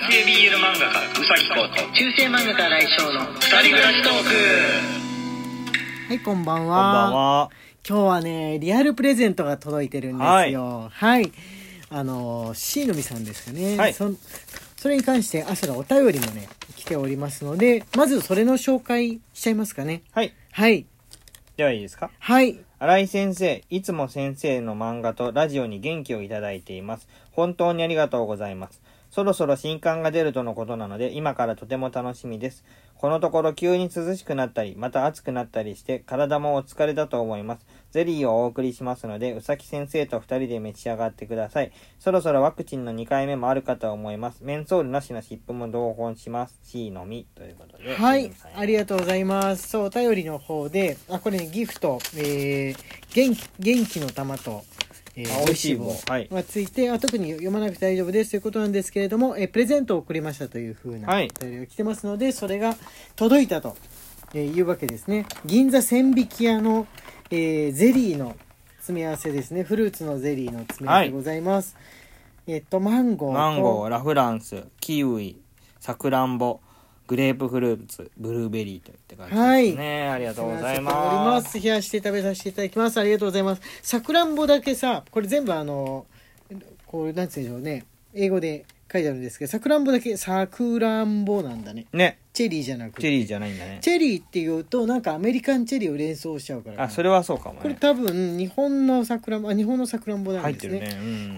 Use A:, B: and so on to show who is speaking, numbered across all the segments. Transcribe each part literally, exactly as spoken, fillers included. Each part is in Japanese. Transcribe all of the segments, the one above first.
A: 系 ビーエル 漫画家うさぎこと
B: 中世漫画家来翔の
A: ふたり暮らしトーク。
B: はい、こんばんは。
C: こんばんは。
B: 今日はねリアルプレゼントが届いてるんですよ。はい、はい、あの C のみさんですかね、
C: はい、
B: そ, それに関して朝のお便りもね来ておりますので、まずそれの紹介しちゃいますかね。
C: はい
B: はい、
C: ではいいですか。
B: はい。
C: 新井先生、いつも先生の漫画とラジオに元気をいただいています。本当にありがとうございます。そろそろ新刊が出るとのことなので、今からとても楽しみです。このところ急に涼しくなったり、また暑くなったりして、体もお疲れだと思います。ゼリーをお送りしますので、うさき先生と二人で召し上がってください。そろそろワクチンのにかいめもあるかと思います。メンソールなしの湿布も同梱します。C のみということで。
B: はい、ありがとうございます。そう、お便りの方で、あ、これね、ギフト、えー、元気、元気の玉と、えー、
C: おいしい棒
B: がついて、あ、特に読まなくて大丈夫ですということなんですけれども、えー、プレゼントを送りましたという風なお便りが来てますので、はい、それが届いたというわけですね。銀座千疋屋の、えー、ゼリーの詰め合わせですね。フルーツのゼリーの詰め合わせでございます。はい、えっとマンゴーと
C: マンゴー、ラフランス、キウイ、サクランボ、グレープフルーツ、ブルーベリーといった感じですね。はい、ありがとうございます。
B: 冷やして食べさせていただきます。ありがとうございます。さくらんぼだけさ、これ全部あのこうなんていうんでしょうね、英語で書いてあるんですけど、さくらんぼだけさくらんぼなんだね。
C: ね。
B: チェリーじゃなくて。
C: チェリーじゃないんだね。
B: チェリーっていうとなんかアメリカンチェリーを連想しちゃうから。
C: あ、それはそうかもね。
B: これ多分日本のさくらんぼ、あ、日本のさくらんぼなんですね。
C: 入ってるね。
B: うん、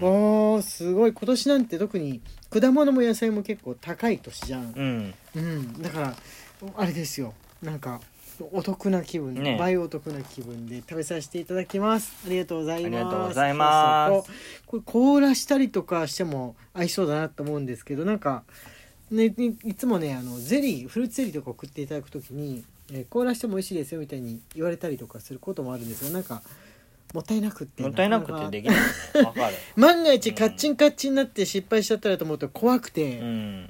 B: あー、すごい。今年なんて特に果物も野菜も結構高い年じゃん。
C: うん。
B: うん、だからあれですよ。なんかお得な気分、ね、倍お得な気分で食べさせていただきます。ありがとうございます。
C: ありがとうございます。
B: そうそう、これ凍らしたりとかしても合いそうだなと思うんですけど、なんかね、いつもねあのゼリーフルーツゼリーとか送っていただくときに、えー、凍らしても美味しいですよみたいに言われたりとかすることもあるんですが、なんかもったいなくって
C: もったいなくてできない、ね、わかる。
B: 万が一カッチンカッチンになって失敗しちゃったらと思うと怖くて、うん、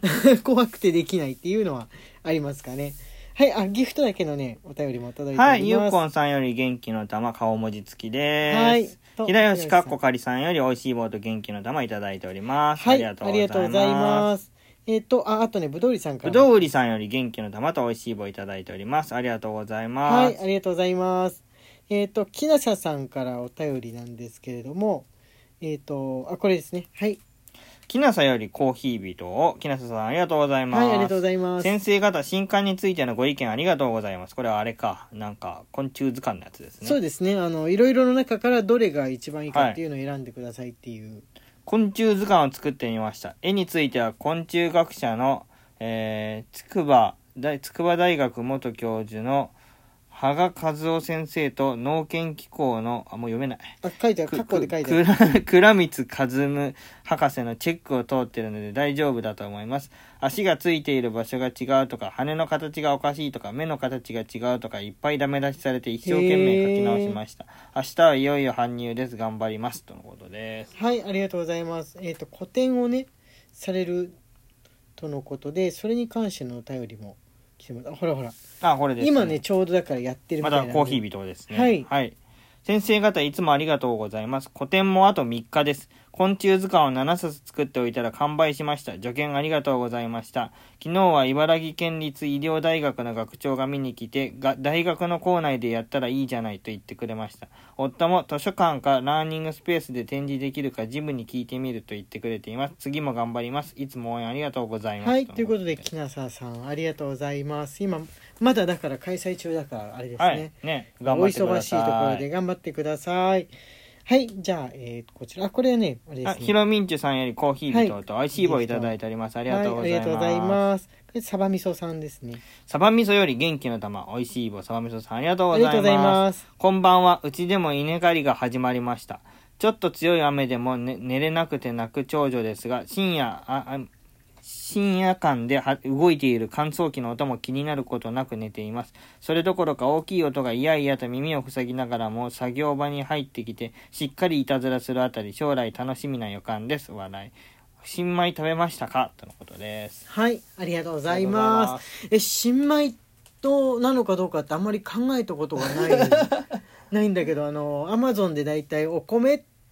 B: 怖くてできないっていうのはありますかね。はい、あ、ギフトだけのねお便りも届いております。
C: はい、ゆうこんさんより元気の玉顔文字付きです。はい、平吉かっこかりさんよりおいしい棒と元気の玉いただいております。はい、ありがとうございます。
B: えっ、ー、と、あ、あとね、ぶどうりさんから。
C: ぶどうりさんより元気の玉と美味しい棒いただいております。ありがとうございます。
B: はい、ありがとうございます。えっ、ー、と、きなささんからお便りなんですけれども、えっ、ー、と、あ、これですね。はい。
C: きなさよりコーヒー人を、きなささんありがとうございます。
B: はい、ありがとうございます。
C: 先生方、新刊についてのご意見ありがとうございます。これはあれか、なんか、昆虫図鑑のやつですね。
B: そうですね。あの、いろいろの中からどれが一番いいかっていうのを選んでくださいっていう。はい、
C: 昆虫図鑑を作ってみました。絵については昆虫学者のえー、筑波大筑波大学元教授の羽賀和夫先生と農研機構のあもう読めない
B: あ書いてある括弧で書いてある
C: 倉光和夢博士のチェックを通っているので大丈夫だと思います。足がついている場所が違うとか羽の形がおかしいとか目の形が違うとかいっぱいダメ出しされて一生懸命書き直しました。明日はいよいよ搬入です。頑張りますとのことです。
B: はい、ありがとうございます。えっと個展をねされるとのことで、それに関してのお便りも来てます。あ、ほらほら。
C: あ、これです、ね。
B: 今ねちょうどだからやってるみたいな。
C: まだコーヒー人ですね。
B: はい。
C: はい。先生方いつもありがとうございます。個展もあとみっかです。昆虫図鑑をななさつ作っておいたら完売しました。助言ありがとうございました。昨日は茨城県立医療大学の学長が見に来て、が大学の校内でやったらいいじゃないと言ってくれました。夫も図書館かラーニングスペースで展示できるかジムに聞いてみると言ってくれています。次も頑張ります。いつも応援ありがとうございます。
B: はい、ということで木下さんありがとうございます。今まだだから開催中だからあれですね。
C: はい、ね、頑張ってください。
B: お忙しいところで頑張ってください。はい、じゃあ、えー、こちら、あ、これはね、あれですね。
C: あ、ひろみんちゅさんよりコーヒー人とおいしい棒いただいております。はい、ありがとうございます。
B: はい、ありがとうございます。これサバ味噌さんですね。
C: サバ味噌より元気の玉、おいしい棒、サバ味噌さんありがとうございます。
B: ありがとうございます。
C: こんばんは、うちでも稲刈りが始まりました。ちょっと強い雨でも、ね、寝れなくて泣く長女ですが、深夜、あ、あ深夜間で動いている乾燥機の音も気になることなく寝ています。それどころか大きい音がいやいやと耳を塞ぎながらも作業場に入ってきてしっかりいたずらするあたり将来楽しみな予感です。笑い。新米食べましたかとのことです。
B: はい、ありがとうございます。え、新米となのかどうかってあんまり考えたことがないないんだけど、あのアマゾンでだいたいお米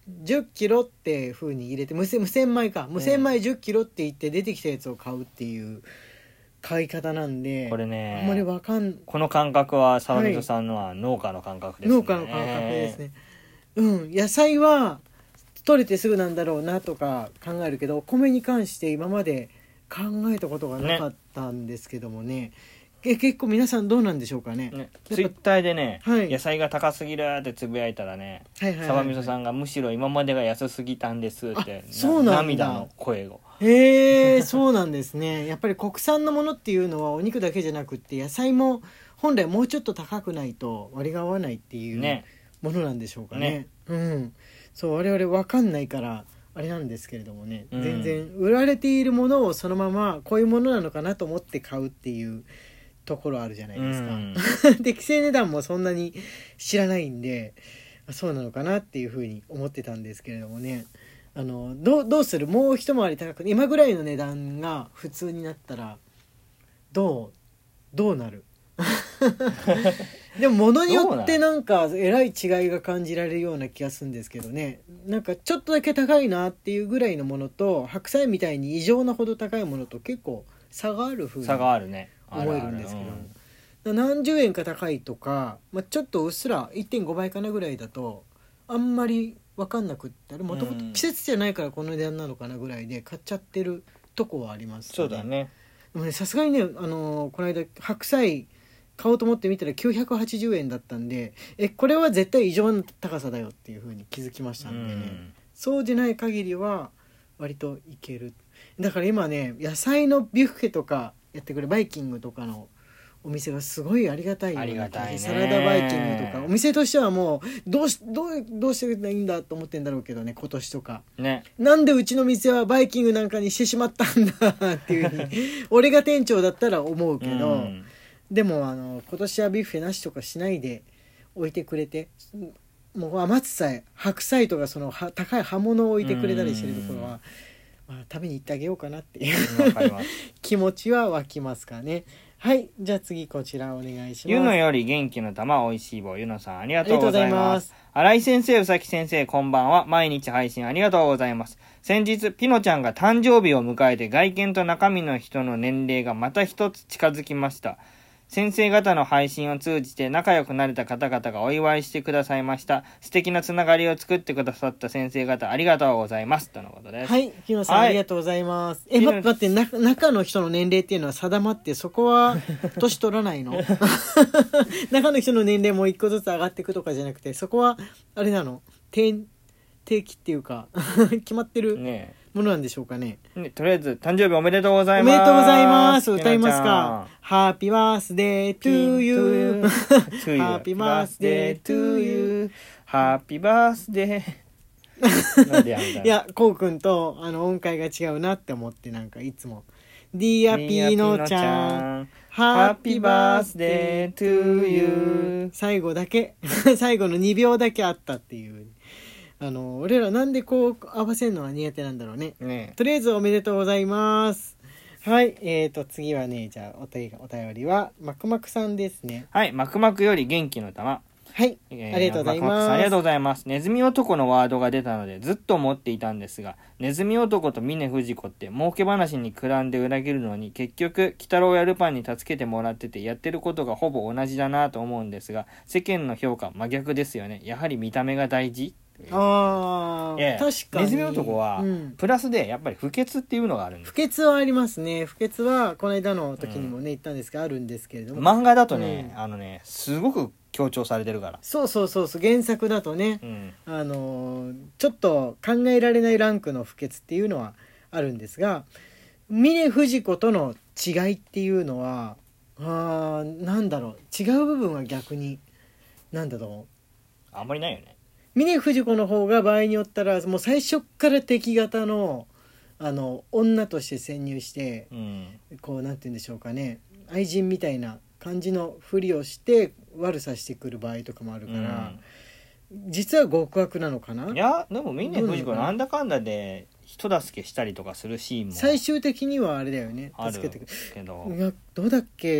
B: じゅっキロって風に入れて無洗無洗米か無洗米じゅっキロって言って出てきたやつを買うっていう買い方なんで、
C: これね
B: あんまりわかん
C: この感覚は沢水さんのは農家の感覚ですね、
B: 農家の感覚ですね、うん野菜は取れてすぐなんだろうなとか考えるけど、米に関して今まで考えたことがなかったんですけどもね、え結構皆さんどうなんでしょうかね。
C: ねツイッターでね、
B: はい、
C: 野菜が高すぎるってつぶやいたらね、
B: はいはいはいはい、
C: 沢水さんがむしろ今までが安すぎたんですって
B: そうなんだ
C: 涙の声を。
B: へえそうなんですね。やっぱり国産のものっていうのはお肉だけじゃなくって野菜も本来もうちょっと高くないと割が合わないっていうものなんでしょうかね。
C: ね
B: うん、そう我々分かんないからあれなんですけれどもね、
C: うん、
B: 全然売られているものをそのままこういうものなのかなと思って買うっていうところあるじゃないですか、うん、で規制値段もそんなに知らないんでそうなのかなっていうふうに思ってたんですけれどもね、あの ど, どうするもう一回り高く今ぐらいの値段が普通になったらどうどうなるでも物によってなんかえらい違いが感じられるような気がするんですけどね、なんかちょっとだけ高いなっていうぐらいのものと白菜みたいに異常なほど高いものと結構差がある風に
C: 差があるね
B: 思えるんですけど、
C: あるある、
B: 何十円か高いとか、まあ、ちょっとうっすら いってんご 倍かなぐらいだとあんまり分かんなくって、あれもともと季節じゃないからこの値段なのかなぐらいで買っちゃってるとこはあります、ね、
C: そうだね。
B: でもねさすがにね、あのー、この間白菜買おうと思ってみたらきゅうひゃくはちじゅうえんだったんで、えこれは絶対異常な高さだよっていう風に気づきましたんでね、うん、そうでない限りは割といける。だから今ね野菜のビュッフェとかやってくれバイキングとかのお店がすごいありがたいような感じ、サラダバイキングとかお店としてはもうどうしどうどうしていいんだと思ってんだろうけどね今年とか、ね、なんでうちの店はバイキングなんかにしてしまったんだっていう風に俺が店長だったら思うけど、うん、でもあの今年はビュッフェなしとかしないで置いてくれて、もう余ってさえ白菜とかそのは高い葉物を置いてくれたりしてるところは、まあ、食べに行ってあげようかなっていう気持ちは湧きますかね。はい、じゃあ次こちらお願いします。
C: ゆのより元気の玉おいしい棒、ゆのさんありがとうございます。新井先生、うさき先生こんばんは。毎日配信ありがとうございます。先日ピノちゃんが誕生日を迎えて外見と中身の人の年齢がまた一つ近づきました。先生方の配信を通じて仲良くなれた方々がお祝いしてくださいました。素敵なつながりを作ってくださった先生方ありがとうございますとのことです。
B: はい、ピノさん、はい、ありがとうございます。え、待って待って、中の人の年齢っていうのは定まってそこは年取らないの？中の人の年齢も一個ずつ上がっていくとかじゃなくて、そこはあれなの？定定期っていうか決まってるものなんでしょうかね。
C: ね、とりあえず誕生日おめでとうございます。
B: おめでとうございます。歌いますか。ハッピーバースデートゥーユー。ハッピーバースデートゥーユー。
C: ハッピーバースデー。
B: いや、こうくんとあの音階が違うなって思ってなんかいつも。ディアピーノちゃん。ハッピーバースデートゥーユー。最後だけ、最後のにびょうだけあったっていう。あの俺らなんでこう合わせるのが苦手なんだろう ね, ねとりあえずおめでとうございます。はい、えーと次はね、じゃあお便り、お便りはマクマクさんですね。
C: はい、マクマクより元気の玉。
B: はい、えー、ありがとうございます。
C: ありがとうございます。ネズミ男のワードが出たのでずっと思っていたんですが、ネズミ男と峰不二子って儲け話にくらんで裏切るのに結局鬼太郎やルパンに助けてもらっててやってることがほぼ同じだなと思うんですが、世間の評価真逆ですよね。やはり見た目が大事。
B: ああ、確かに
C: ネズミ男は、うん、プラスでやっぱり不潔っていうのがあるんです。
B: 不潔はありますね。不潔はこの間の時にもね、うん、言ったんですがあるんですけれども、
C: 漫画だとね、うん、あのねすごく強調されてるから。
B: そうそうそうそう、原作だとね、うん、あのちょっと考えられないランクの不潔っていうのはあるんですが、峰不二子との違いっていうのはあなんだろう、違う部分は逆になんだろ
C: う、あんまりないよね。
B: 峰不二子の方が場合によったらもう最初から敵型のあの女として潜入して、うん、こうなんて言うんでしょうかね、愛人みたいな感じのふりをして悪さしてくる場合とかもあるから、うん、実は極悪なのかな。
C: いやでも峰不二子なんだかんだで人助けしたりとかするシーンも
B: 最終的にはあれだよね、助けてくるけど、いやどうだっけ、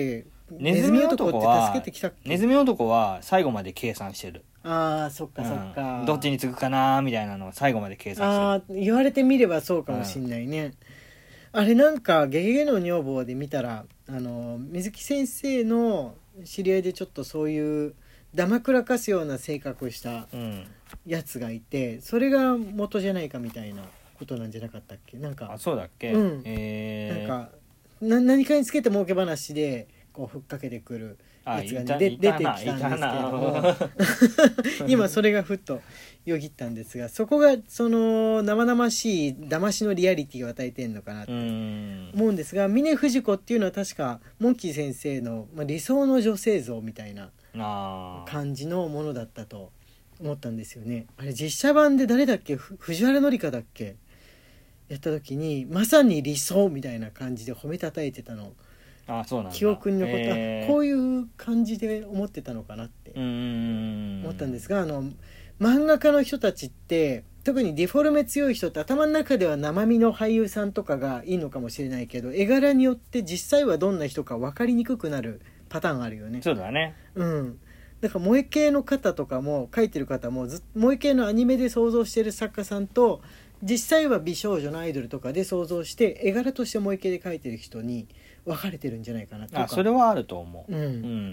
C: ネズミ男って
B: 助けてきたっけ。
C: ネズミ男は最後まで計算してる。
B: ああそっかそっか、
C: うん、どっちにつくかなみたいなのを最後まで計算してる。
B: ああ言われてみればそうかもしんないね、うん、あれなんかゲゲゲの女房で見たらあの水木先生の知り合いでちょっとそういうだまくらかすような性格をしたやつがいて、うん、それが元じゃないかみたいなことなんじゃなかったっけ。なんか
C: あそうだっけ、
B: うん、
C: えー、
B: なんかな何かにつけて儲け話でこうふっかけてくるやつが、ね、で出てきたんですけども今それがふっとよぎったんですが、そこがその生々しい騙しのリアリティを与えてんのかなって思うんですが、峰不二子っていうのは確かモンキー先生の、まあ、理想の女性像みたいな感じのものだったと思ったんですよね。あれ実写版で誰だっけ、藤原紀香だっけやった時にまさに理想みたいな感じで褒めたたえてたの。
C: あそうなんだ、
B: 記憶に残った、
C: えー、
B: こういう感じで思ってたのかなって思ったんですが、あの漫画家の人たちって特にデフォルメ強い人って頭の中では生身の俳優さんとかがいいのかもしれないけど、絵柄によって実際はどんな人か分かりにくくなるパターンあるよね。
C: そうだね。
B: うん。だから萌え系の方とかも描いてる方もず萌え系のアニメで想像してる作家さんと実際は美少女のアイドルとかで想像して絵柄として萌え系で描いてる人に分かれてるんじゃないかなとか。
C: あそれはあると思う、
B: うんうん、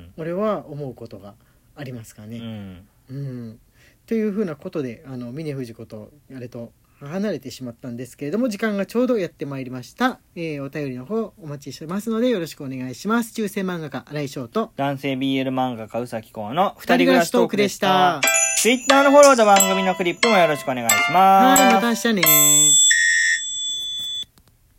B: 俺は思うことがありますかね、
C: うん
B: うん、というふうなことであの峰不二子とあれと離れてしまったんですけれども、時間がちょうどやってまいりました、えー、お便りの方お待ちしてますのでよろしくお願いします。中世漫画家新井翔と
C: 男性 ビーエル 漫画家宇崎公の二人暮らしトークでした。
B: た。
C: Twitter のフォローと番組のクリップもよろしくお願いします。
B: はい、また明日ね。